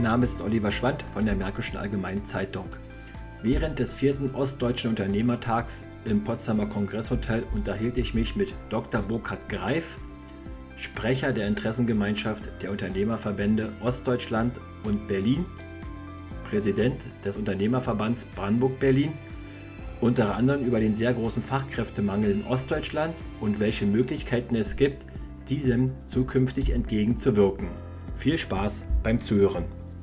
Name ist Oliver Schwandt von der Märkischen Allgemeinen Zeitung. Während des 4. Ostdeutschen Unternehmertags im Potsdamer Kongresshotel unterhielt ich mich mit Dr. Burkhard Greif, Sprecher der Interessengemeinschaft der Unternehmerverbände Ostdeutschland und Berlin, Präsident des Unternehmerverbands Brandenburg-Berlin, unter anderem über den sehr großen Fachkräftemangel in Ostdeutschland und welche Möglichkeiten es gibt, diesem zukünftig entgegenzuwirken. Viel Spaß beim Zuhören.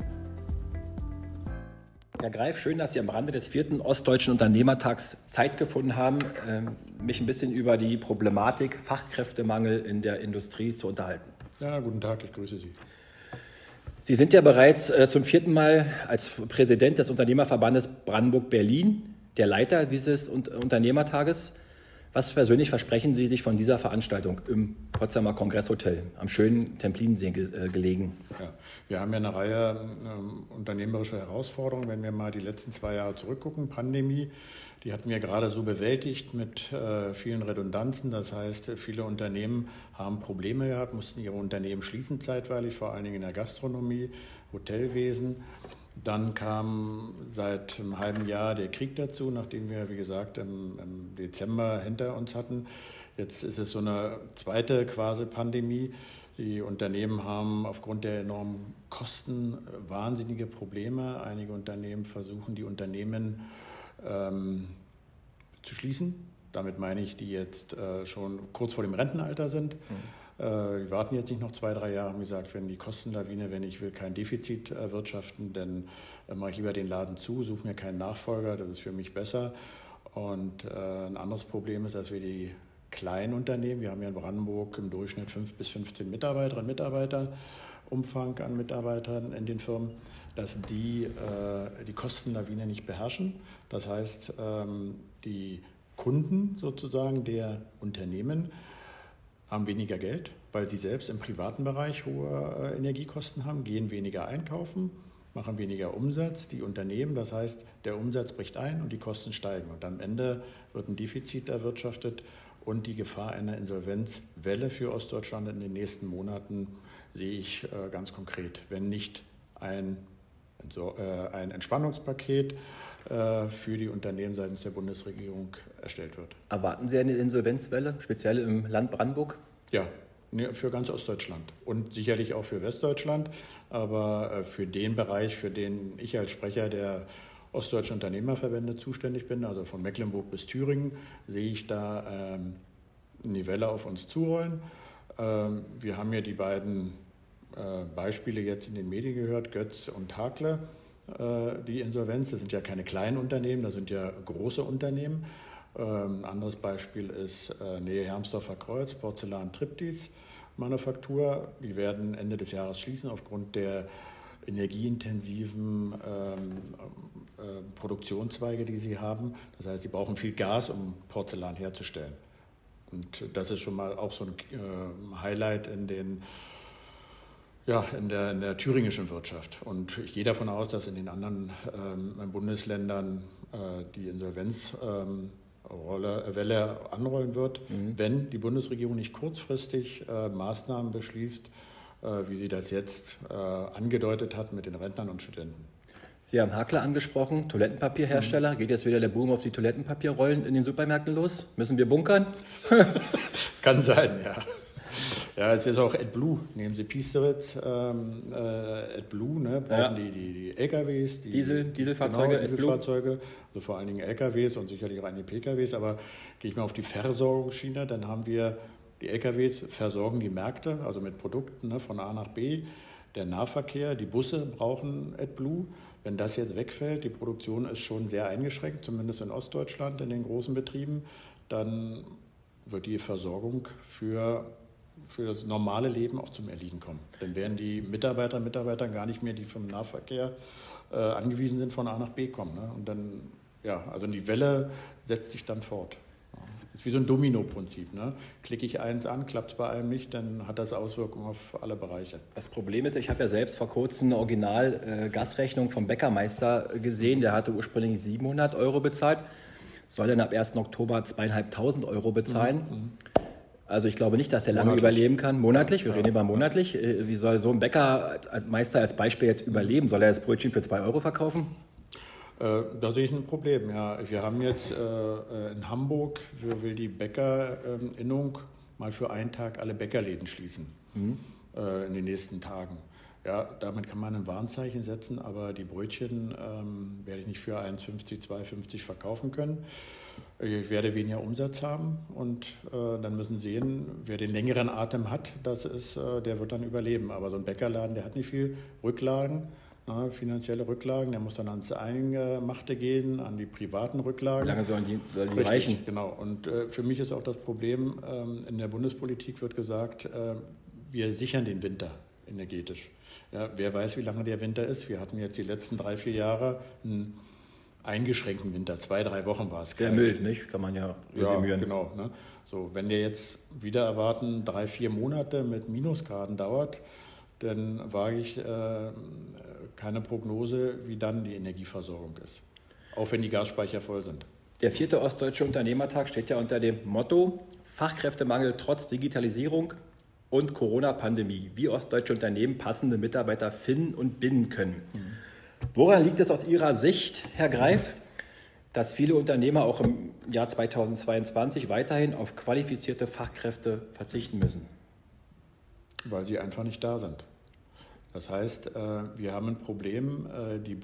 Herr Greif, schön, dass Sie am Rande des 4. Ostdeutschen Unternehmertags Zeit gefunden haben, mich ein bisschen über die Problematik Fachkräftemangel in der Industrie zu unterhalten. Ja, guten Tag, ich grüße Sie. Sie sind ja bereits zum 4. Mal als Präsident des Unternehmerverbandes Brandenburg-Berlin der Leiter dieses Unternehmertages. Was persönlich versprechen Sie sich von dieser Veranstaltung im Potsdamer Kongresshotel am schönen Templinsee gelegen? Ja, wir haben ja eine Reihe unternehmerischer Herausforderungen, wenn wir mal die letzten 2 Jahre zurückgucken. Pandemie, die hatten wir gerade so bewältigt mit vielen Redundanzen. Das heißt, viele Unternehmen haben Probleme gehabt, mussten ihre Unternehmen schließen zeitweilig, vor allen Dingen in der Gastronomie, Hotelwesen. Dann kam seit einem halben Jahr der Krieg dazu, nachdem wir, wie gesagt, im Dezember hinter uns hatten. Jetzt ist es so eine zweite quasi Pandemie. Die Unternehmen haben aufgrund der enormen Kosten wahnsinnige Probleme. Einige Unternehmen versuchen, die Unternehmen zu schließen. Damit meine ich, die jetzt schon kurz vor dem Rentenalter sind. Wir warten jetzt nicht noch 2-3 Jahre, haben gesagt, wenn die Kostenlawine, wenn ich will kein Defizit erwirtschaften, dann mache ich lieber den Laden zu, suche mir keinen Nachfolger, das ist für mich besser. Und ein anderes Problem ist, dass wir die kleinen Unternehmen, wir haben ja in Brandenburg im Durchschnitt 5 bis 15 Mitarbeiterinnen und Mitarbeiter, Umfang an Mitarbeitern in den Firmen, dass die Kostenlawine nicht beherrschen. Das heißt, die Kunden sozusagen der Unternehmen haben weniger Geld, weil sie selbst im privaten Bereich hohe Energiekosten haben, gehen weniger einkaufen, machen weniger Umsatz, die Unternehmen, das heißt, der Umsatz bricht ein und die Kosten steigen. Und am Ende wird ein Defizit erwirtschaftet und die Gefahr einer Insolvenzwelle für Ostdeutschland in den nächsten Monaten sehe ich ganz konkret, wenn nicht ein Entspannungspaket für die Unternehmen seitens der Bundesregierung erstellt wird. Erwarten Sie eine Insolvenzwelle, speziell im Land Brandenburg? Ja, für ganz Ostdeutschland und sicherlich auch für Westdeutschland. Aber für den Bereich, für den ich als Sprecher der Ostdeutschen Unternehmerverbände zuständig bin, also von Mecklenburg bis Thüringen, sehe ich da eine Welle auf uns zurollen. Wir haben ja die beiden Beispiele jetzt in den Medien gehört, Götz und Hakle. Die Insolvenz, das sind ja keine kleinen Unternehmen, das sind ja große Unternehmen. Ein anderes Beispiel ist Nähe Hermsdorfer Kreuz, Porzellan Triptis Manufaktur. Die werden Ende des Jahres schließen aufgrund der energieintensiven Produktionszweige, die sie haben. Das heißt, sie brauchen viel Gas, um Porzellan herzustellen. Und das ist schon mal auch so ein Highlight in der thüringischen Wirtschaft. Und ich gehe davon aus, dass in den anderen Bundesländern die Insolvenzwelle anrollen wird, wenn die Bundesregierung nicht kurzfristig Maßnahmen beschließt, wie sie das jetzt angedeutet hat mit den Rentnern und Studenten. Sie haben Hakle angesprochen, Toilettenpapierhersteller. Geht jetzt wieder der Boom auf die Toilettenpapierrollen in den Supermärkten los? Müssen wir bunkern? Kann sein, ja. Ja, es ist auch AdBlue. Nehmen Sie Piesteritz, AdBlue, ne, brauchen die LKWs, Dieselfahrzeuge, Dieselfahrzeuge, also vor allen Dingen LKWs und sicherlich auch einige PKWs. Aber gehe ich mal auf die Versorgungsschiene, dann haben wir die LKWs versorgen die Märkte, also mit Produkten, ne, von A nach B. Der Nahverkehr, die Busse brauchen AdBlue. Wenn das jetzt wegfällt, die Produktion ist schon sehr eingeschränkt, zumindest in Ostdeutschland in den großen Betrieben, dann wird die Versorgung für das normale Leben auch zum Erliegen kommen. Dann werden die Mitarbeiterinnen und Mitarbeiter gar nicht mehr, die vom Nahverkehr angewiesen sind, von A nach B kommen. Ne? Und dann, also die Welle setzt sich dann fort. Das ist wie so ein Domino-Prinzip. Ne? Klicke ich eins an, klappt es bei einem nicht, dann hat das Auswirkungen auf alle Bereiche. Das Problem ist, ich habe ja selbst vor kurzem eine Original-Gasrechnung vom Bäckermeister gesehen. Der hatte ursprünglich 700 € bezahlt. Soll dann ab 1. Oktober 2.500 € bezahlen. Also ich glaube nicht, dass er lange überleben kann. Monatlich, wir reden über monatlich. Wie soll so ein Bäckermeister als Beispiel jetzt überleben? Soll er das Brötchen für 2 Euro verkaufen? Da sehe ich ein Problem, ja. Wir haben jetzt in Hamburg, will die Bäckerinnung mal für einen Tag alle Bäckerläden schließen in den nächsten Tagen. Ja, damit kann man ein Warnzeichen setzen, aber die Brötchen werde ich nicht für 1,50, 2,50 verkaufen können. Ich werde weniger Umsatz haben und dann müssen sehen, wer den längeren Atem hat, der wird dann überleben. Aber so ein Bäckerladen, der hat nicht viel Rücklagen, finanzielle Rücklagen, der muss dann ans Eingemachte gehen, an die privaten Rücklagen. Wie lange sollen die reichen? Genau. Und für mich ist auch das Problem, in der Bundespolitik wird gesagt, wir sichern den Winter energetisch. Ja, wer weiß, wie lange der Winter ist. Wir hatten jetzt die letzten 3-4 Jahre einen eingeschränkten Winter. 2-3 Wochen war es. Sehr mild, nicht? Kann man ja resümieren. Ja, genau. Ne? So, wenn der jetzt wieder erwarten 3-4 Monate mit Minusgraden dauert, dann wage ich keine Prognose, wie dann die Energieversorgung ist. Auch wenn die Gasspeicher voll sind. Der 4. Ostdeutsche Unternehmertag steht ja unter dem Motto Fachkräftemangel trotz Digitalisierung und Corona-Pandemie. Wie ostdeutsche Unternehmen passende Mitarbeiter finden und binden können. Woran liegt es aus Ihrer Sicht, Herr Greif, dass viele Unternehmer auch im Jahr 2022 weiterhin auf qualifizierte Fachkräfte verzichten müssen? Weil sie einfach nicht da sind. Das heißt, wir haben ein Problem, die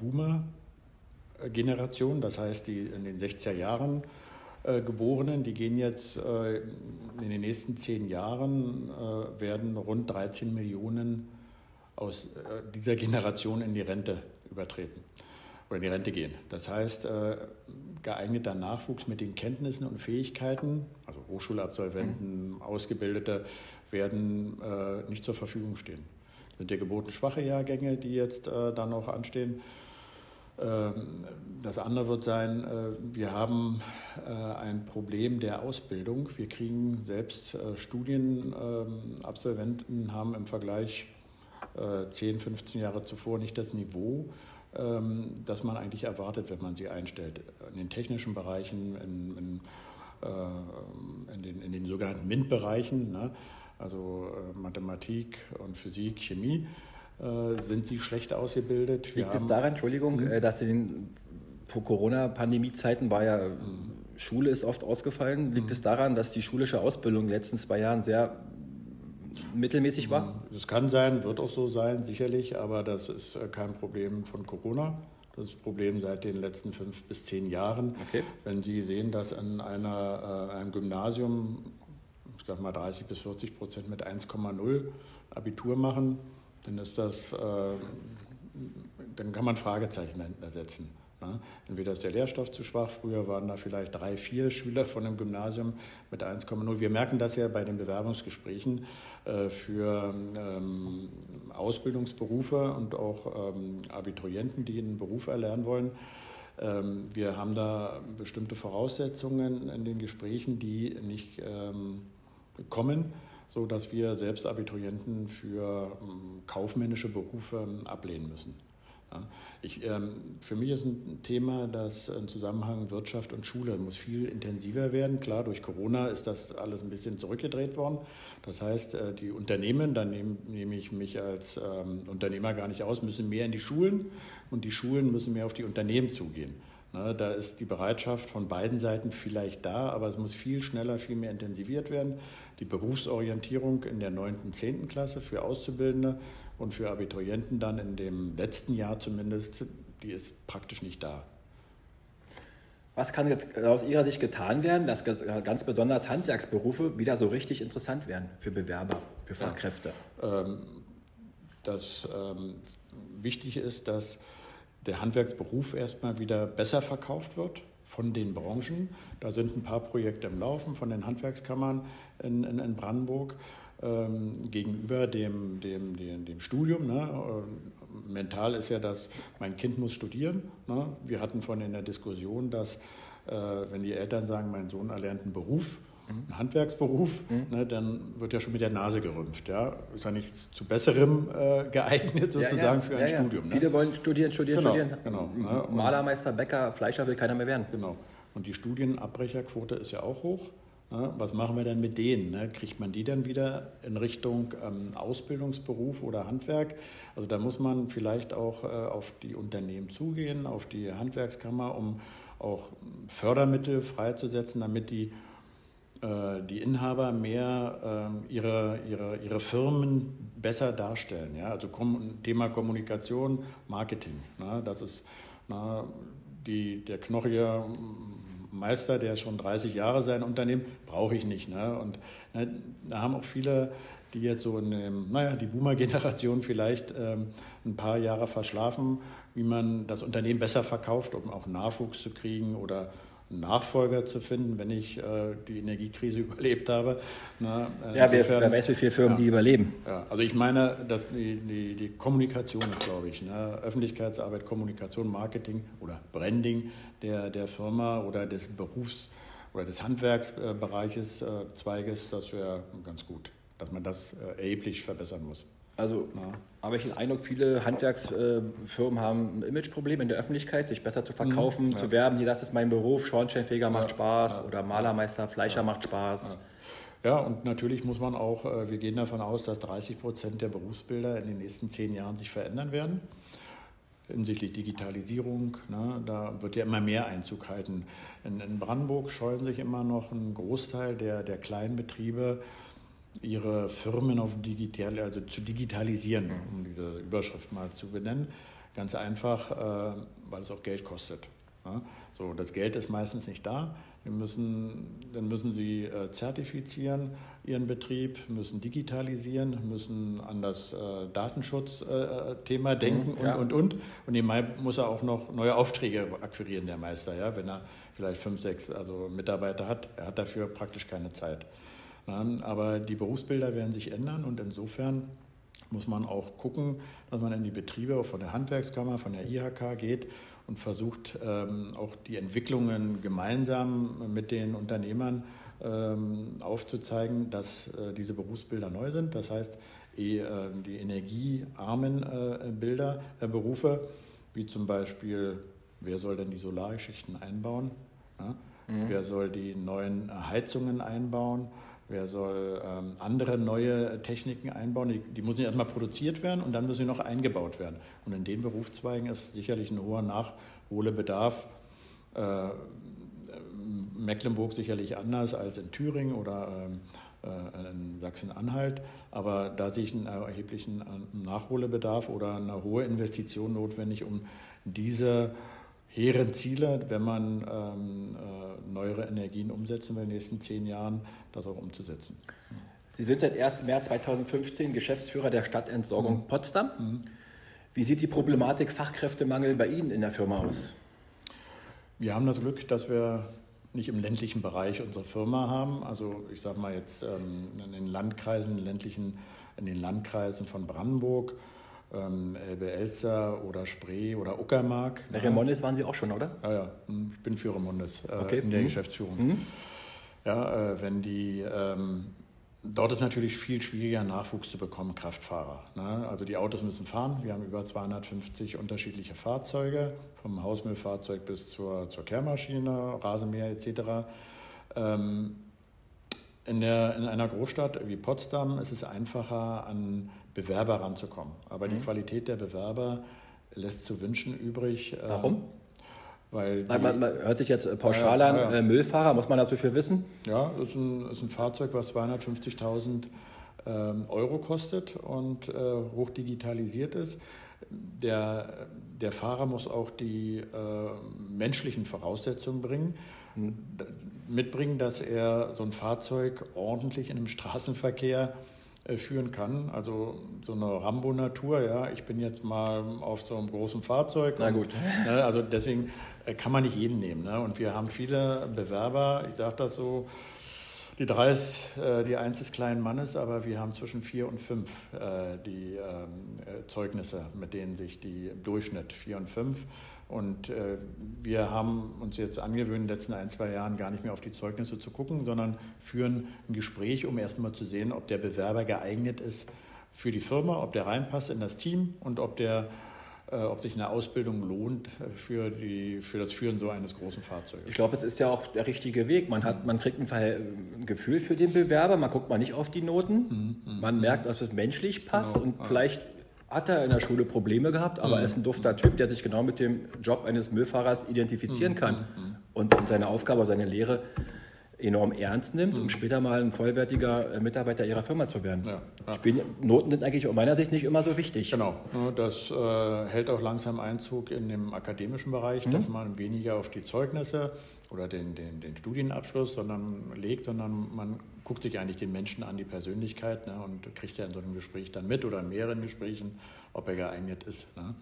Boomer-Generation, das heißt die in den 60er Jahren Geborenen, die gehen jetzt in den nächsten 10 Jahren, werden rund 13 Millionen aus dieser Generation in die Rente übertreten oder in die Rente gehen. Das heißt, geeigneter Nachwuchs mit den Kenntnissen und Fähigkeiten, also Hochschulabsolventen, Ausgebildete, werden nicht zur Verfügung stehen. Das sind ja geburtenschwache Jahrgänge, die jetzt dann noch anstehen. Das andere wird sein, wir haben ein Problem der Ausbildung. Wir kriegen selbst Studienabsolventen, haben im Vergleich 10, 15 Jahre zuvor nicht das Niveau, das man eigentlich erwartet, wenn man sie einstellt. In den technischen Bereichen, in den sogenannten MINT-Bereichen, ne? Also Mathematik und Physik, Chemie, sind sie schlecht ausgebildet. Liegt es daran, dass in den Corona-Pandemie-Zeiten war ja Schule ist oft ausgefallen. Liegt es daran, dass die schulische Ausbildung in den letzten 2 Jahren sehr mittelmäßig war? Das kann sein, wird auch so sein, sicherlich, aber das ist kein Problem von Corona. Das ist das Problem seit den letzten 5 bis 10 Jahren. Okay. Wenn Sie sehen, dass an einem Gymnasium, ich sag mal 30-40% mit 1,0 Abitur machen, dann ist das, dann kann man Fragezeichen dahinter setzen. Ne? Entweder ist der Lehrstoff zu schwach, früher waren da vielleicht 3-4 Schüler von einem Gymnasium mit 1,0. Wir merken das ja bei den Bewerbungsgesprächen für Ausbildungsberufe und auch Abiturienten, die einen Beruf erlernen wollen. Wir haben da bestimmte Voraussetzungen in den Gesprächen, die nicht kommen, sodass wir selbst Abiturienten für kaufmännische Berufe ablehnen müssen. Ja, für mich ist ein Thema, dass im Zusammenhang Wirtschaft und Schule muss viel intensiver werden. Klar, durch Corona ist das alles ein bisschen zurückgedreht worden. Das heißt, die Unternehmen, da nehme ich mich als Unternehmer gar nicht aus, müssen mehr in die Schulen und die Schulen müssen mehr auf die Unternehmen zugehen. Da ist die Bereitschaft von beiden Seiten vielleicht da, aber es muss viel schneller, viel mehr intensiviert werden. Die Berufsorientierung in der 9. und 10. Klasse für Auszubildende und für Abiturienten dann in dem letzten Jahr zumindest, die ist praktisch nicht da. Was kann aus Ihrer Sicht getan werden, dass ganz besonders Handwerksberufe wieder so richtig interessant werden für Bewerber, für Fachkräfte? Wichtig ist, dass der Handwerksberuf erstmal wieder besser verkauft wird von den Branchen. Da sind ein paar Projekte im Laufen von den Handwerkskammern in Brandenburg gegenüber dem Studium. Ne? Mental ist ja, dass mein Kind muss studieren. Ne? Wir hatten vorhin in der Diskussion, dass wenn die Eltern sagen, mein Sohn erlernt einen Beruf, einen Handwerksberuf, ne, dann wird ja schon mit der Nase gerümpft. Ja? Ist ja nichts zu Besserem geeignet sozusagen für ein Studium. Ne? Viele wollen studieren. Genau. Malermeister, Bäcker, Fleischer will keiner mehr werden. Genau. Und die Studienabbrecherquote ist ja auch hoch. Was machen wir denn mit denen? Kriegt man die dann wieder in Richtung Ausbildungsberuf oder Handwerk? Also da muss man vielleicht auch auf die Unternehmen zugehen, auf die Handwerkskammer, um auch Fördermittel freizusetzen, damit die Inhaber mehr ihre Firmen besser darstellen. Ja? Also Thema Kommunikation, Marketing. Das ist der knochige Meister, der schon 30 Jahre sein Unternehmen, brauche ich nicht. Und da haben auch viele, die jetzt so die Boomer-Generation vielleicht ein paar Jahre verschlafen, wie man das Unternehmen besser verkauft, um auch Nachwuchs zu kriegen oder einen Nachfolger zu finden, wenn ich die Energiekrise überlebt habe. Wer weiß, wie viele Firmen die überleben. Ja, also ich meine, dass die Kommunikation ist, glaube ich, Öffentlichkeitsarbeit, Kommunikation, Marketing oder Branding der Firma oder des Berufs- oder des Handwerksbereiches, Zweiges, das wäre ganz gut, dass man das erheblich verbessern muss. Also habe ich den Eindruck, viele Handwerksfirmen haben ein Imageproblem in der Öffentlichkeit, sich besser zu verkaufen, zu werben. Das ist mein Beruf, Schornsteinfeger macht Spaß oder Malermeister, Fleischer macht Spaß. Ja, und natürlich muss man auch, wir gehen davon aus, dass 30% der Berufsbilder in den nächsten 10 Jahren sich verändern werden. Hinsichtlich Digitalisierung, da wird ja immer mehr Einzug halten. In Brandenburg scheuen sich immer noch ein Großteil der kleinen Betriebe, ihre Firmen zu digitalisieren, um diese Überschrift mal zu benennen. Ganz einfach, weil es auch Geld kostet. So, das Geld ist meistens nicht da. Dann müssen sie zertifizieren ihren Betrieb, müssen digitalisieren, müssen an das Datenschutzthema denken und. Und nebenbei muss er auch noch neue Aufträge akquirieren, der Meister, wenn er vielleicht 5, 6 Mitarbeiter hat. Er hat dafür praktisch keine Zeit. Aber die Berufsbilder werden sich ändern und insofern muss man auch gucken, dass man in die Betriebe von der Handwerkskammer, von der IHK geht und versucht, auch die Entwicklungen gemeinsam mit den Unternehmern aufzuzeigen, dass diese Berufsbilder neu sind. Das heißt, die energiearmen Berufe, wie zum Beispiel, wer soll denn die Solargeschichten einbauen? Wer soll die neuen Heizungen einbauen? Wer soll andere neue Techniken einbauen? Die müssen erstmal produziert werden und dann müssen sie noch eingebaut werden. Und in den Berufszweigen ist sicherlich ein hoher Nachholbedarf. Mecklenburg sicherlich anders als in Thüringen oder in Sachsen-Anhalt. Aber da sehe ich einen erheblichen Nachholbedarf oder eine hohe Investition notwendig, um diese hehren Ziele, wenn man neuere Energien umsetzen will in den nächsten 10 Jahren, das auch umzusetzen. Sie sind seit 1. März 2015 Geschäftsführer der Stadtentsorgung Potsdam. Wie sieht die Problematik Fachkräftemangel bei Ihnen in der Firma aus? Wir haben das Glück, dass wir nicht im ländlichen Bereich unsere Firma haben. Also ich sage mal jetzt in den Landkreisen, in den Landkreisen von Brandenburg, Elbe-Elster oder Spree oder Uckermark. Bei Remondes waren Sie auch schon, oder? Ja, ich bin für Remondes in der Geschäftsführung. Ja, dort ist natürlich viel schwieriger, Nachwuchs zu bekommen, Kraftfahrer. Also die Autos müssen fahren. Wir haben über 250 unterschiedliche Fahrzeuge, vom Hausmüllfahrzeug bis zur Kehrmaschine, Rasenmäher etc. In einer Großstadt wie Potsdam ist es einfacher, an Bewerber ranzukommen. Aber die Qualität der Bewerber lässt zu wünschen übrig. Warum? Weil man hört sich jetzt pauschal an, Müllfahrer, muss man dazu viel wissen? Ja, das ist ein Fahrzeug, was 250.000 Euro kostet und hoch digitalisiert ist. Der Fahrer muss auch die menschlichen Voraussetzungen mitbringen, dass er so ein Fahrzeug ordentlich in einem Straßenverkehr führen kann. Also so eine Rambo-Natur, ich bin jetzt mal auf so einem großen Fahrzeug. Na gut. Also deswegen kann man nicht jeden nehmen. Und wir haben viele Bewerber, ich sage das so, die 3 ist die 1 des kleinen Mannes, aber wir haben zwischen 4 und 5 die Zeugnisse, mit denen sich die im Durchschnitt 4 und 5. Und wir haben uns jetzt angewöhnt, in den letzten 1, 2 Jahren gar nicht mehr auf die Zeugnisse zu gucken, sondern führen ein Gespräch, um erstmal zu sehen, ob der Bewerber geeignet ist für die Firma, ob der reinpasst in das Team und ob der ob sich eine Ausbildung lohnt für das Führen so eines großen Fahrzeuges. Ich glaube, es ist ja auch der richtige Weg. Man kriegt ein Gefühl für den Bewerber, man guckt mal nicht auf die Noten, man merkt, dass es menschlich passt und vielleicht hat er in der Schule Probleme gehabt, aber er ist ein dufter Typ, der sich genau mit dem Job eines Müllfahrers identifizieren kann und seine Aufgabe, seine Lehre enorm ernst nimmt, um später mal ein vollwertiger Mitarbeiter ihrer Firma zu werden. Ja. Noten sind eigentlich aus meiner Sicht nicht immer so wichtig. Genau, das hält auch langsam Einzug in dem akademischen Bereich, dass man weniger auf die Zeugnisse oder den Studienabschluss legt, sondern man guckt sich eigentlich den Menschen an, die Persönlichkeit, ne, und kriegt ja in so einem Gespräch dann mit oder in mehreren Gesprächen, ob er geeignet ist. Ne.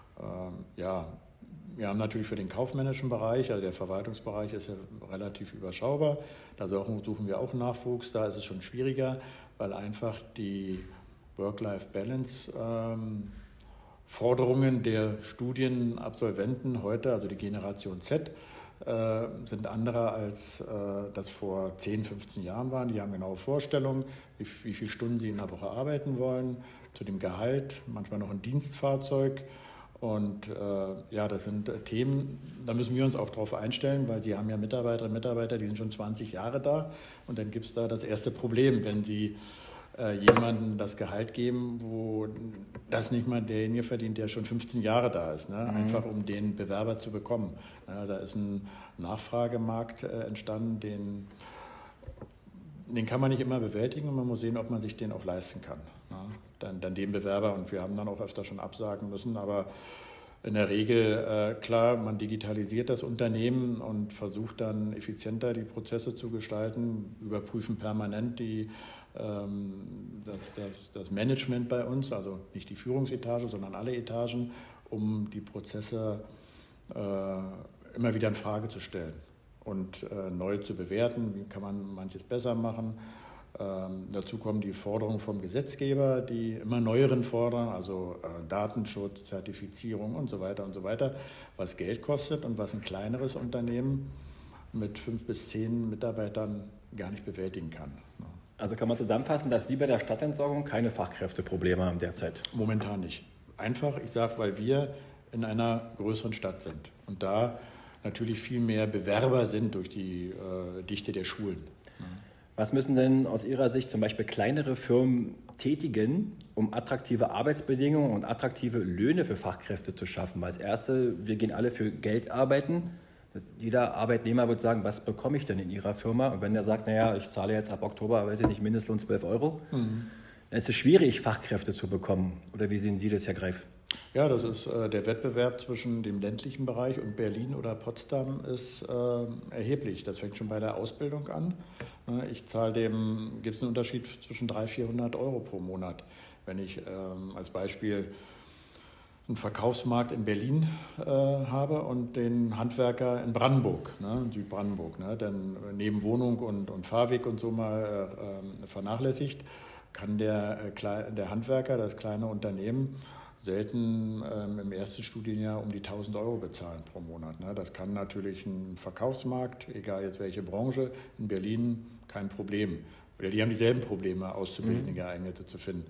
Wir haben natürlich für den kaufmännischen Bereich, also der Verwaltungsbereich ist ja relativ überschaubar, da suchen wir auch Nachwuchs, da ist es schon schwieriger, weil einfach die Work-Life-Balance Forderungen der Studienabsolventen heute, also die Generation Z, sind andere, als das vor 10, 15 Jahren waren. Die haben genaue Vorstellungen, wie viele Stunden sie in der Woche arbeiten wollen, zu dem Gehalt, manchmal noch ein Dienstfahrzeug. Und das sind Themen, da müssen wir uns auch drauf einstellen, weil Sie haben ja Mitarbeiterinnen und Mitarbeiter, die sind schon 20 Jahre da. Und dann gibt es da das erste Problem, wenn Sie jemandem das Gehalt geben, wo das nicht mal derjenige verdient, der schon 15 Jahre da ist, ne? Einfach um den Bewerber zu bekommen. Ja, da ist ein Nachfragemarkt entstanden, den kann man nicht immer bewältigen und man muss sehen, ob man sich den auch leisten kann. Ja? Dann den Bewerber, und wir haben dann auch öfter schon absagen müssen, aber in der Regel, klar, man digitalisiert das Unternehmen und versucht dann effizienter die Prozesse zu gestalten, überprüfen permanent das Management bei uns, also nicht die Führungsetage, sondern alle Etagen, um die Prozesse immer wieder in Frage zu stellen und neu zu bewerten. Wie kann man manches besser machen? Dazu kommen die Forderungen vom Gesetzgeber, die immer neueren fordern, also Datenschutz, Zertifizierung und so weiter, was Geld kostet und was ein kleineres Unternehmen mit 5 bis 10 Mitarbeitern gar nicht bewältigen kann. Also kann man zusammenfassen, dass Sie bei der Stadtentsorgung keine Fachkräfteprobleme haben derzeit? Momentan nicht. Einfach, ich sage, weil wir in einer größeren Stadt sind und da natürlich viel mehr Bewerber sind durch die Dichte der Schulen. Was müssen denn aus Ihrer Sicht zum Beispiel kleinere Firmen tätigen, um attraktive Arbeitsbedingungen und attraktive Löhne für Fachkräfte zu schaffen? Weil als Erste, wir gehen alle für Geld arbeiten. Jeder Arbeitnehmer wird sagen, was bekomme ich denn in Ihrer Firma? Und wenn der sagt, naja, ich zahle jetzt ab Oktober, weiß ich nicht, Mindestlohn 12 €, dann ist es schwierig, Fachkräfte zu bekommen. Oder wie sehen Sie das, Herr Greif? Ja, das ist der Wettbewerb zwischen dem ländlichen Bereich und Berlin oder Potsdam ist erheblich. Das fängt schon bei der Ausbildung an. Gibt es einen Unterschied zwischen 300, 400 € pro Monat. Wenn ich als Beispiel einen Verkaufsmarkt in Berlin habe und den Handwerker in Brandenburg, in Südbrandenburg, dann neben Wohnung und Fahrweg und so mal vernachlässigt, kann der Handwerker, das kleine Unternehmen, selten im ersten Studienjahr um die 1.000 € bezahlen pro Monat. Das kann natürlich ein Verkaufsmarkt, egal jetzt welche Branche, in Berlin kein Problem. Die haben dieselben Probleme, Auszubildende Geeignete zu finden.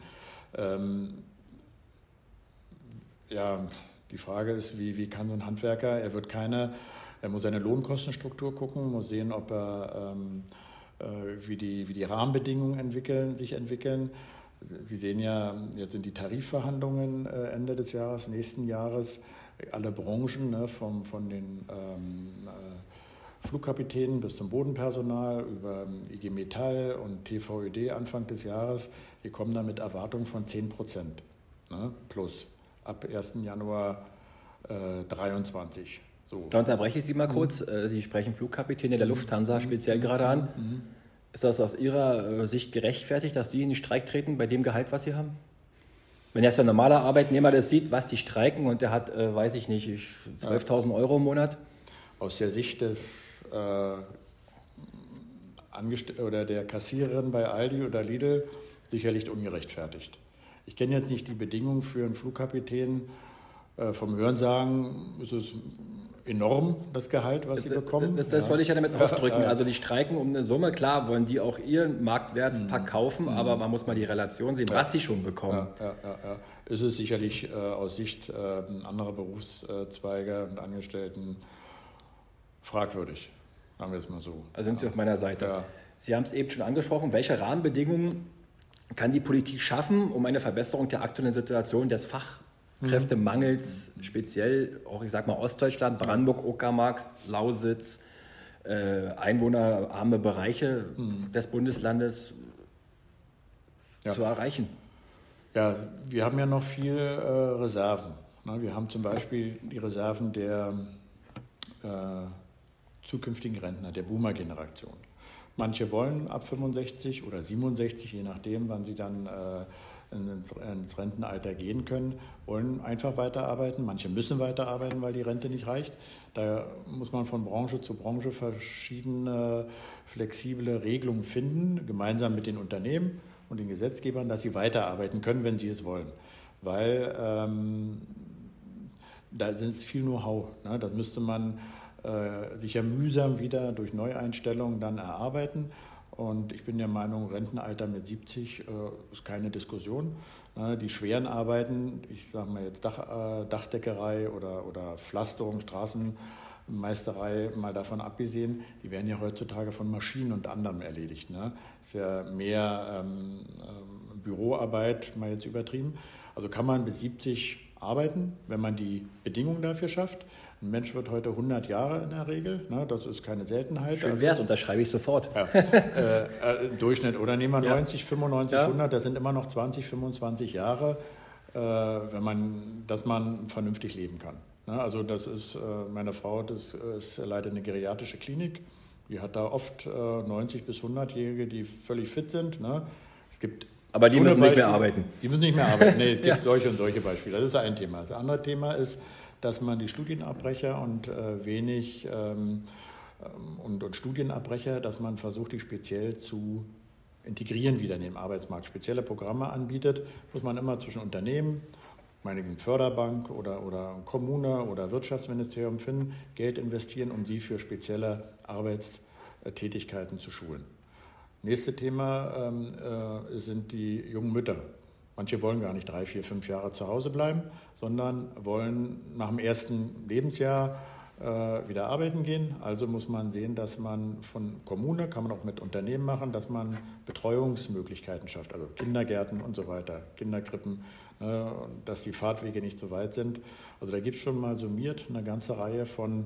Die Frage ist, wie kann so ein Handwerker, er muss seine Lohnkostenstruktur gucken, muss sehen, ob wie die Rahmenbedingungen sich entwickeln. Sie sehen ja, jetzt sind die Tarifverhandlungen Ende des Jahres, nächsten Jahres, alle Branchen, von den Flugkapitänen bis zum Bodenpersonal über IG Metall und TVÖD Anfang des Jahres. Wir kommen da mit Erwartungen von 10% plus ab 1. Januar 2023. So. Da unterbreche ich Sie mal kurz. Sie sprechen Flugkapitäne der Lufthansa speziell gerade an. Ist das aus Ihrer Sicht gerechtfertigt, dass Sie in den Streik treten bei dem Gehalt, was Sie haben? Wenn jetzt ein normaler Arbeitnehmer das sieht, was die streiken und der hat, 12.000 € im Monat? Aus der Sicht des der Kassiererin bei Aldi oder Lidl sicherlich ungerechtfertigt. Ich kenne jetzt nicht die Bedingungen für einen Flugkapitän Vom Hörensagen ist es enorm, das Gehalt, was sie bekommen. Das wollte ich ja damit ausdrücken. Also die streiken um eine Summe. Klar wollen die auch ihren Marktwert verkaufen, aber man muss mal die Relation sehen, was sie schon bekommen. Ja. Ist es sicherlich aus Sicht anderer Berufszweige und Angestellten fragwürdig, sagen wir es mal so. Also sind Sie auf meiner Seite. Ja. Sie haben es eben schon angesprochen. Welche Rahmenbedingungen kann die Politik schaffen, um eine Verbesserung der aktuellen Situation des Fachkräftemangels, speziell auch, ich sag mal, Ostdeutschland, Brandenburg, Uckermark, Lausitz, einwohnerarme Bereiche des Bundeslandes zu erreichen? Ja, wir haben ja noch viel Reserven. Wir haben zum Beispiel die Reserven der zukünftigen Rentner, der Boomer-Generation. Manche wollen ab 65 oder 67, je nachdem, wann sie dann ins Rentenalter gehen können, wollen einfach weiterarbeiten. Manche müssen weiterarbeiten, weil die Rente nicht reicht. Da muss man von Branche zu Branche verschiedene flexible Regelungen finden, gemeinsam mit den Unternehmen und den Gesetzgebern, dass sie weiterarbeiten können, wenn sie es wollen. Weil da sind es viel Know-how. Ne? Das müsste man sich ja mühsam wieder durch Neueinstellungen dann erarbeiten. Und ich bin der Meinung, Rentenalter mit 70 ist keine Diskussion. Die schweren Arbeiten, ich sage mal jetzt Dachdeckerei oder Pflasterung, Straßenmeisterei, mal davon abgesehen, die werden ja heutzutage von Maschinen und anderem erledigt. Ne? Ist ja mehr Büroarbeit, mal jetzt übertrieben. Also kann man bis 70 arbeiten, wenn man die Bedingungen dafür schafft. Ein Mensch wird heute 100 Jahre in der Regel, ne? Das ist keine Seltenheit. Schön wär's, unterschreibe ich sofort. Ja. Durchschnitt oder nehmen wir 90, 95, 100, das sind immer noch 20, 25 Jahre, dass man vernünftig leben kann. Ne? Also das ist, meine Frau, leitet eine geriatrische Klinik, die hat da oft 90 bis 100-Jährige, die völlig fit sind. Ne? Es gibt aber die müssen nicht mehr arbeiten. Die müssen nicht mehr arbeiten, nee, es gibt solche und solche Beispiele. Das ist ein Thema. Das andere Thema ist, dass man die Studienabbrecher und Studienabbrecher, dass man versucht, die speziell zu integrieren wieder in den Arbeitsmarkt. Spezielle Programme anbietet, muss man immer zwischen Unternehmen, meinetwegen Förderbank oder Kommune oder Wirtschaftsministerium finden, Geld investieren, um sie für spezielle Arbeitstätigkeiten zu schulen. Nächstes Thema sind die jungen Mütter. Manche wollen gar nicht 3, 4, 5 Jahre zu Hause bleiben, sondern wollen nach dem ersten Lebensjahr wieder arbeiten gehen. Also muss man sehen, dass man von Kommune, kann man auch mit Unternehmen machen, dass man Betreuungsmöglichkeiten schafft, also Kindergärten und so weiter, Kinderkrippen, dass die Fahrtwege nicht so weit sind. Also da gibt es schon mal summiert eine ganze Reihe von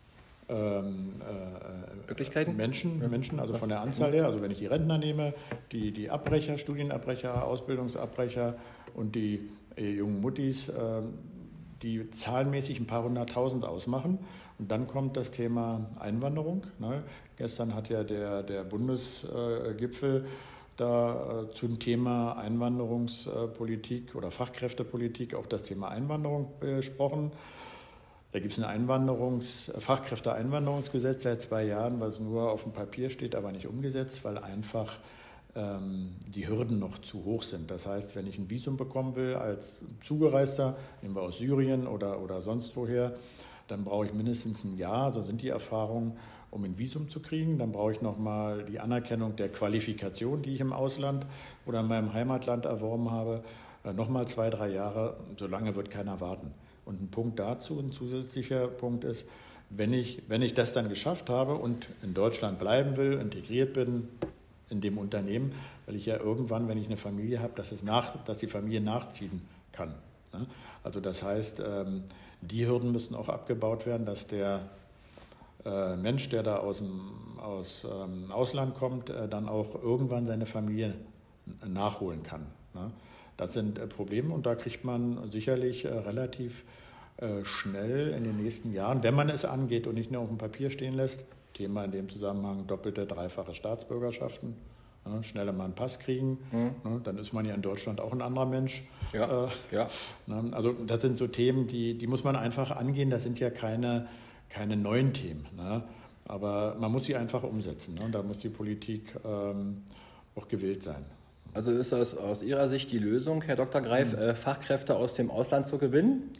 Möglichkeiten? Menschen, also von der Anzahl her, also wenn ich die Rentner nehme, die Abbrecher, Studienabbrecher, Ausbildungsabbrecher und die jungen Muttis, die zahlenmäßig ein paar 100.000 ausmachen. Und dann kommt das Thema Einwanderung. Ne? Gestern hat ja der Bundesgipfel da zum Thema Einwanderungspolitik oder Fachkräftepolitik auch das Thema Einwanderung besprochen. Da gibt es ein Fachkräfteeinwanderungsgesetz seit 2 Jahren, was nur auf dem Papier steht, aber nicht umgesetzt, weil einfach die Hürden noch zu hoch sind. Das heißt, wenn ich ein Visum bekommen will als Zugereister, nehmen wir aus Syrien oder sonst woher, dann brauche ich mindestens ein Jahr, so sind die Erfahrungen, um ein Visum zu kriegen. Dann brauche ich nochmal die Anerkennung der Qualifikation, die ich im Ausland oder in meinem Heimatland erworben habe, nochmal 2, 3 Jahre, so lange wird keiner warten. Und ein Punkt dazu, ein zusätzlicher Punkt ist, wenn ich das dann geschafft habe und in Deutschland bleiben will, integriert bin in dem Unternehmen, weil ich ja irgendwann, wenn ich eine Familie habe, dass die Familie nachziehen kann. Also das heißt, die Hürden müssen auch abgebaut werden, dass der Mensch, der da aus Ausland kommt, dann auch irgendwann seine Familie nachholen kann. Das sind Probleme und da kriegt man sicherlich relativ schnell in den nächsten Jahren, wenn man es angeht und nicht nur auf dem Papier stehen lässt, Thema in dem Zusammenhang doppelte, dreifache Staatsbürgerschaften, schneller mal einen Pass kriegen, dann ist man ja in Deutschland auch ein anderer Mensch. Ja. Also das sind so Themen, die muss man einfach angehen, das sind ja keine neuen Themen, aber man muss sie einfach umsetzen und da muss die Politik auch gewillt sein. Also ist das aus Ihrer Sicht die Lösung, Herr Dr. Greif, Fachkräfte aus dem Ausland zu gewinnen? Ja.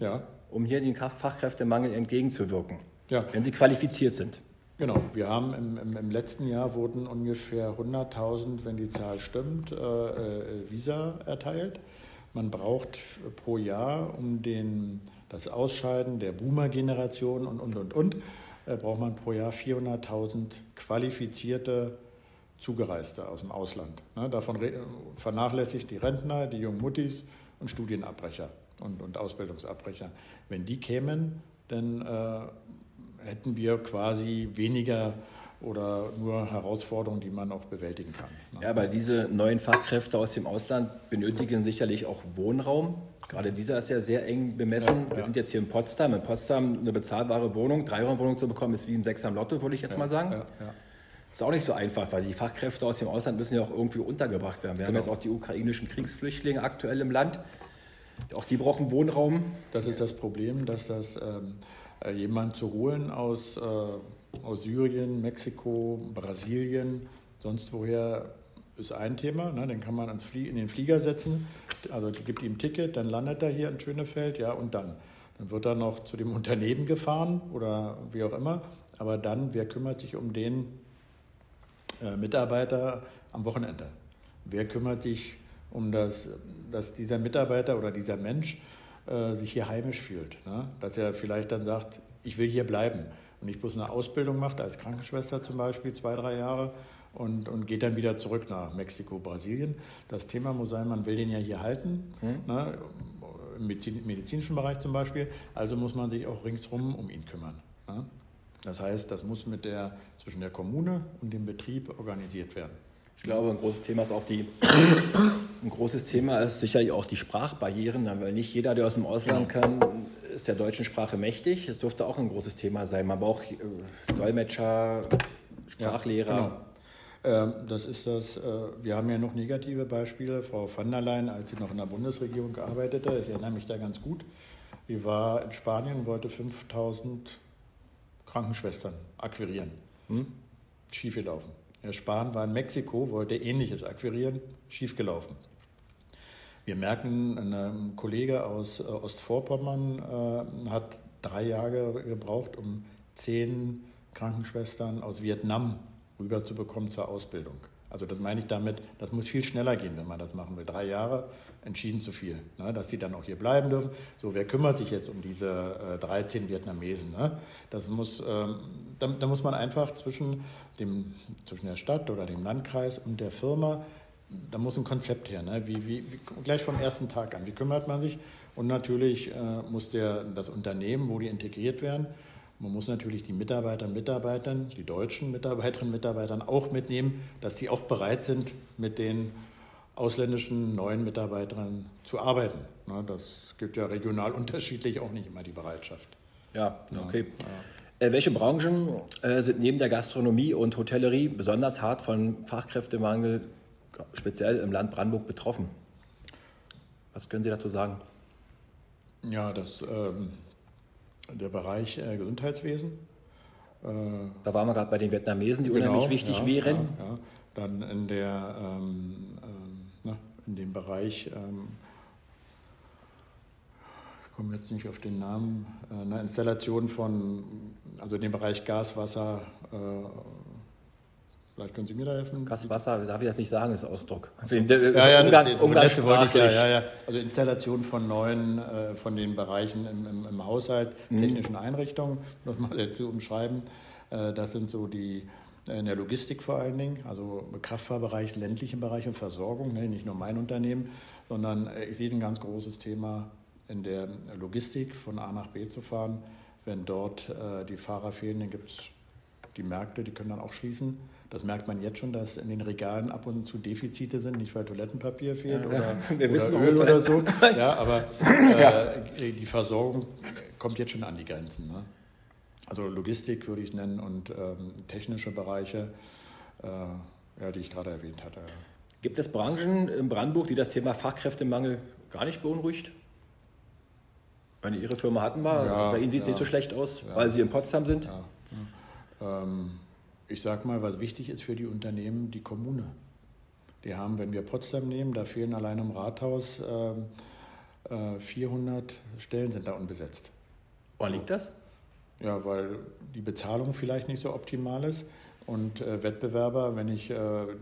um hier den Fachkräftemangel entgegenzuwirken, wenn sie qualifiziert sind. Genau, wir haben im letzten Jahr wurden ungefähr 100.000, wenn die Zahl stimmt, Visa erteilt. Man braucht pro Jahr, um das Ausscheiden der Boomer-Generation und, braucht man pro Jahr 400.000 qualifizierte Zugereiste aus dem Ausland. Davon vernachlässigt die Rentner, die jungen Muttis und Studienabbrecher und Ausbildungsabbrecher. Wenn die kämen, dann hätten wir quasi weniger oder nur Herausforderungen, die man auch bewältigen kann. Ja, aber diese neuen Fachkräfte aus dem Ausland benötigen sicherlich auch Wohnraum. Gerade dieser ist ja sehr eng bemessen. Wir sind jetzt hier in Potsdam. In Potsdam eine bezahlbare Wohnung, 3-Raumwohnung zu bekommen, ist wie ein Sechser im Lotto, würde ich jetzt mal sagen. Ist auch nicht so einfach, weil die Fachkräfte aus dem Ausland müssen ja auch irgendwie untergebracht werden. Wir haben jetzt auch die ukrainischen Kriegsflüchtlinge aktuell im Land. Auch die brauchen Wohnraum. Das ist das Problem, dass das jemand zu holen aus Syrien, Mexiko, Brasilien, sonst woher, ist ein Thema. Ne? Den kann man in den Flieger setzen, also gibt ihm ein Ticket, dann landet er hier in Schönefeld, ja, und dann wird er noch zu dem Unternehmen gefahren oder wie auch immer. Aber dann, wer kümmert sich um den Mitarbeiter am Wochenende? Wer kümmert sich um dass dieser Mitarbeiter oder dieser Mensch sich hier heimisch fühlt? Ne? Dass er vielleicht dann sagt, ich will hier bleiben und nicht bloß eine Ausbildung macht, als Krankenschwester zum Beispiel 2-3 Jahre und geht dann wieder zurück nach Mexiko, Brasilien. Das Thema muss sein, man will den ja hier halten, ne? Im medizinischen Bereich zum Beispiel, also muss man sich auch ringsrum um ihn kümmern. Ne? Das heißt, das muss zwischen der Kommune und dem Betrieb organisiert werden. Ich glaube, ein großes Thema ist sicherlich auch die Sprachbarrieren, weil nicht jeder, der aus dem Ausland kann, ist der deutschen Sprache mächtig. Das dürfte auch ein großes Thema sein. Man braucht Dolmetscher, Sprachlehrer. Ja, genau. Das ist das. Wir haben ja noch negative Beispiele. Frau von der Leyen, als sie noch in der Bundesregierung arbeitete, ich erinnere mich da ganz gut, die war in Spanien und wollte 5.000 Krankenschwestern akquirieren. Schiefgelaufen. Herr Spahn war in Mexiko, wollte Ähnliches akquirieren, schiefgelaufen. Wir merken, ein Kollege aus Ostvorpommern hat 3 Jahre gebraucht, um 10 Krankenschwestern aus Vietnam rüberzubekommen zur Ausbildung. Also das meine ich damit, das muss viel schneller gehen, wenn man das machen will. 3 Jahre, entschieden zu viel, ne? Dass sie dann auch hier bleiben dürfen. So, wer kümmert sich jetzt um diese 13 Vietnamesen? Ne? Da muss man einfach zwischen der Stadt oder dem Landkreis und der Firma, da muss ein Konzept her, ne? Wie gleich vom ersten Tag an. Wie kümmert man sich? Und natürlich muss das Unternehmen, wo die integriert werden, man muss natürlich die Mitarbeiter und Mitarbeitern, die deutschen Mitarbeiterinnen und Mitarbeitern auch mitnehmen, dass sie auch bereit sind, mit den ausländischen neuen Mitarbeitern zu arbeiten. Das gibt ja regional unterschiedlich auch nicht immer die Bereitschaft. Ja, okay. Ja. Welche Branchen sind neben der Gastronomie und Hotellerie besonders hart von Fachkräftemangel, speziell im Land Brandenburg, betroffen? Was können Sie dazu sagen? Ja, der Bereich Gesundheitswesen. Da waren wir gerade bei den Vietnamesen, die unheimlich wichtig wären. Ja. Dann in dem Bereich, ich komme jetzt nicht auf den Namen, eine Installation also in dem Bereich Gas, Wasser, vielleicht können Sie mir da helfen? Gas, Wasser, darf ich das nicht sagen, ist Ausdruck. Das letzte wollte ich ja. Also Installation von den Bereichen im Haushalt, technischen Einrichtungen, muss man dazu umschreiben. Das sind so in der Logistik vor allen Dingen, also Kraftfahrbereich, ländlichen Bereich und Versorgung, nicht nur mein Unternehmen, sondern ich sehe ein ganz großes Thema in der Logistik, von A nach B zu fahren. Wenn dort die Fahrer fehlen, dann gibt es die Märkte, die können dann auch schließen. Das merkt man jetzt schon, dass in den Regalen ab und zu Defizite sind, nicht weil Toilettenpapier fehlt oder Öl oder so. Ja, aber die Versorgung kommt jetzt schon an die Grenzen. Ne? Also Logistik würde ich nennen und technische Bereiche, die ich gerade erwähnt hatte. Gibt es Branchen in Brandenburg, die das Thema Fachkräftemangel gar nicht beunruhigt? Ihre Firma hatten wir, bei Ihnen sieht es nicht so schlecht aus, weil Sie in Potsdam sind. Ja. Ich sage mal, was wichtig ist für die Unternehmen, die Kommune. Die haben, wenn wir Potsdam nehmen, da fehlen allein im Rathaus 400 Stellen sind da unbesetzt. Woran liegt das? Ja, weil die Bezahlung vielleicht nicht so optimal ist und Wettbewerber, wenn ich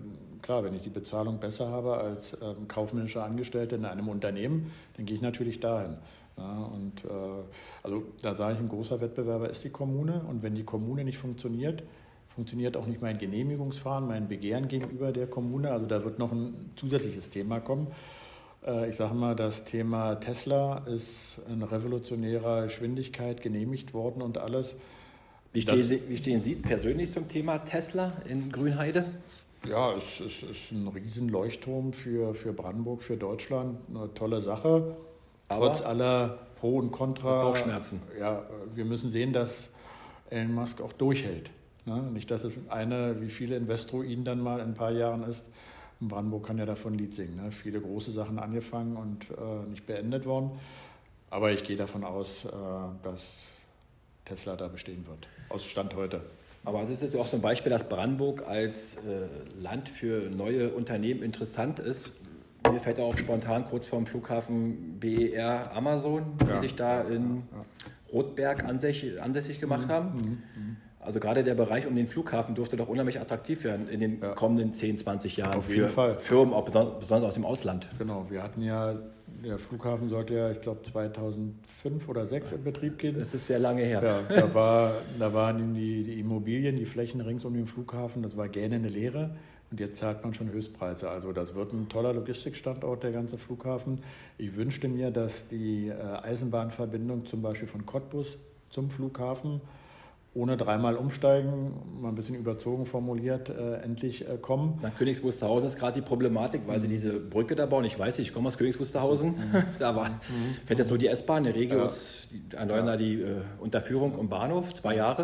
die Bezahlung besser habe als kaufmännischer Angestellter in einem Unternehmen, dann gehe ich natürlich dahin. Ja, und also da sage ich, ein großer Wettbewerber ist die Kommune, und wenn die Kommune nicht funktioniert, funktioniert auch nicht mein Genehmigungsverfahren, mein Begehren gegenüber der Kommune. Also da wird noch ein zusätzliches Thema kommen. Ich sage mal, das Thema Tesla ist in revolutionärer Geschwindigkeit genehmigt worden und alles. Wie stehen Sie persönlich zum Thema Tesla in Grünheide? Ja, es ist ein Riesenleuchtturm für Brandenburg, für Deutschland. Eine tolle Sache. Aber trotz aller Pro und Contra. Bauchschmerzen. Ja, wir müssen sehen, dass Elon Musk auch durchhält. Ne? Nicht, dass es wie viele Investoren dann mal in ein paar Jahren ist. Brandenburg kann ja davon ein Lied singen. Ne? Viele große Sachen angefangen und nicht beendet worden. Aber ich gehe davon aus, dass Tesla da bestehen wird. Aus Stand heute. Aber es ist jetzt auch so ein Beispiel, dass Brandenburg als Land für neue Unternehmen interessant ist. Mir fällt auch spontan kurz vorm Flughafen BER Amazon, die sich da in Rotberg ansässig gemacht haben. Also gerade der Bereich um den Flughafen dürfte doch unheimlich attraktiv werden in den kommenden 10, 20 Jahren für Firmen, auch besonders aus dem Ausland. Genau, wir hatten ja, der Flughafen sollte ja, ich glaube, 2005 oder 2006 in Betrieb gehen. Das ist sehr lange her. Ja, da waren die Immobilien, die Flächen rings um den Flughafen, das war gähnende Leere. Und jetzt zahlt man schon Höchstpreise. Also das wird ein toller Logistikstandort, der ganze Flughafen. Ich wünschte mir, dass die Eisenbahnverbindung zum Beispiel von Cottbus zum Flughafen ohne dreimal umsteigen, mal ein bisschen überzogen formuliert, endlich kommen. Nach Königs Wusterhausen ist gerade die Problematik, weil sie diese Brücke da bauen. Ich weiß nicht, ich komme aus Königs Wusterhausen. Da fährt jetzt nur die S-Bahn, der Regius, erneuern da die Unterführung im Bahnhof, 2 Jahre.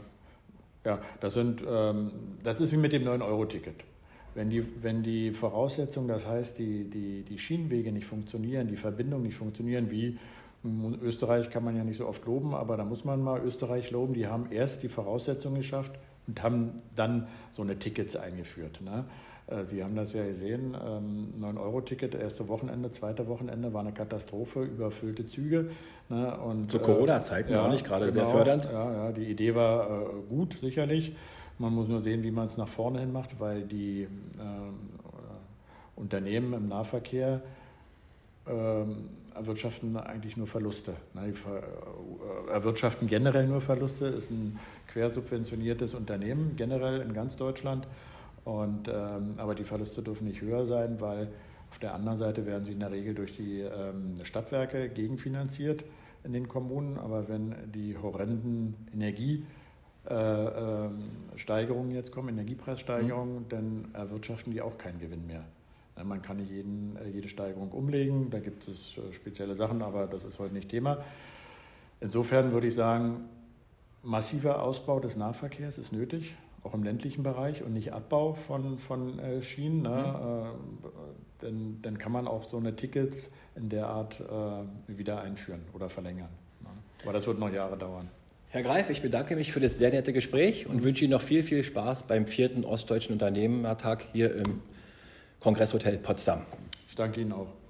Ja, das ist wie mit dem 9-Euro-Ticket. Wenn die Voraussetzungen, das heißt die Schienenwege nicht funktionieren, die Verbindungen nicht funktionieren, wie Österreich kann man ja nicht so oft loben, aber da muss man mal Österreich loben, die haben erst die Voraussetzungen geschafft und haben dann so eine Tickets eingeführt. Ne? Sie haben das ja gesehen, 9-Euro-Ticket, erste Wochenende, zweite Wochenende war eine Katastrophe, überfüllte Züge. Ne? Und, zu Corona-Zeiten auch nicht gerade sehr fördernd. Ja, die Idee war gut, sicherlich. Man muss nur sehen, wie man es nach vorne hin macht, weil die Unternehmen im Nahverkehr erwirtschaften eigentlich nur Verluste. Die erwirtschaften generell nur Verluste, ist ein quersubventioniertes Unternehmen, generell in ganz Deutschland. Aber die Verluste dürfen nicht höher sein, weil auf der anderen Seite werden sie in der Regel durch die Stadtwerke gegenfinanziert in den Kommunen. Aber wenn die horrenden Energiesteigerungen jetzt kommen, Energiepreissteigerungen, dann erwirtschaften die auch keinen Gewinn mehr. Man kann nicht jede Steigerung umlegen, da gibt es spezielle Sachen, aber das ist heute nicht Thema. Insofern würde ich sagen, massiver Ausbau des Nahverkehrs ist nötig, auch im ländlichen Bereich, und nicht Abbau von Schienen. Ne? Dann kann man auch so eine Tickets in der Art wieder einführen oder verlängern. Ne? Aber das wird noch Jahre dauern. Herr Greif, ich bedanke mich für das sehr nette Gespräch und wünsche Ihnen noch viel, viel Spaß beim 4. Ostdeutschen Unternehmertag hier im Kongresshotel Potsdam. Ich danke Ihnen auch.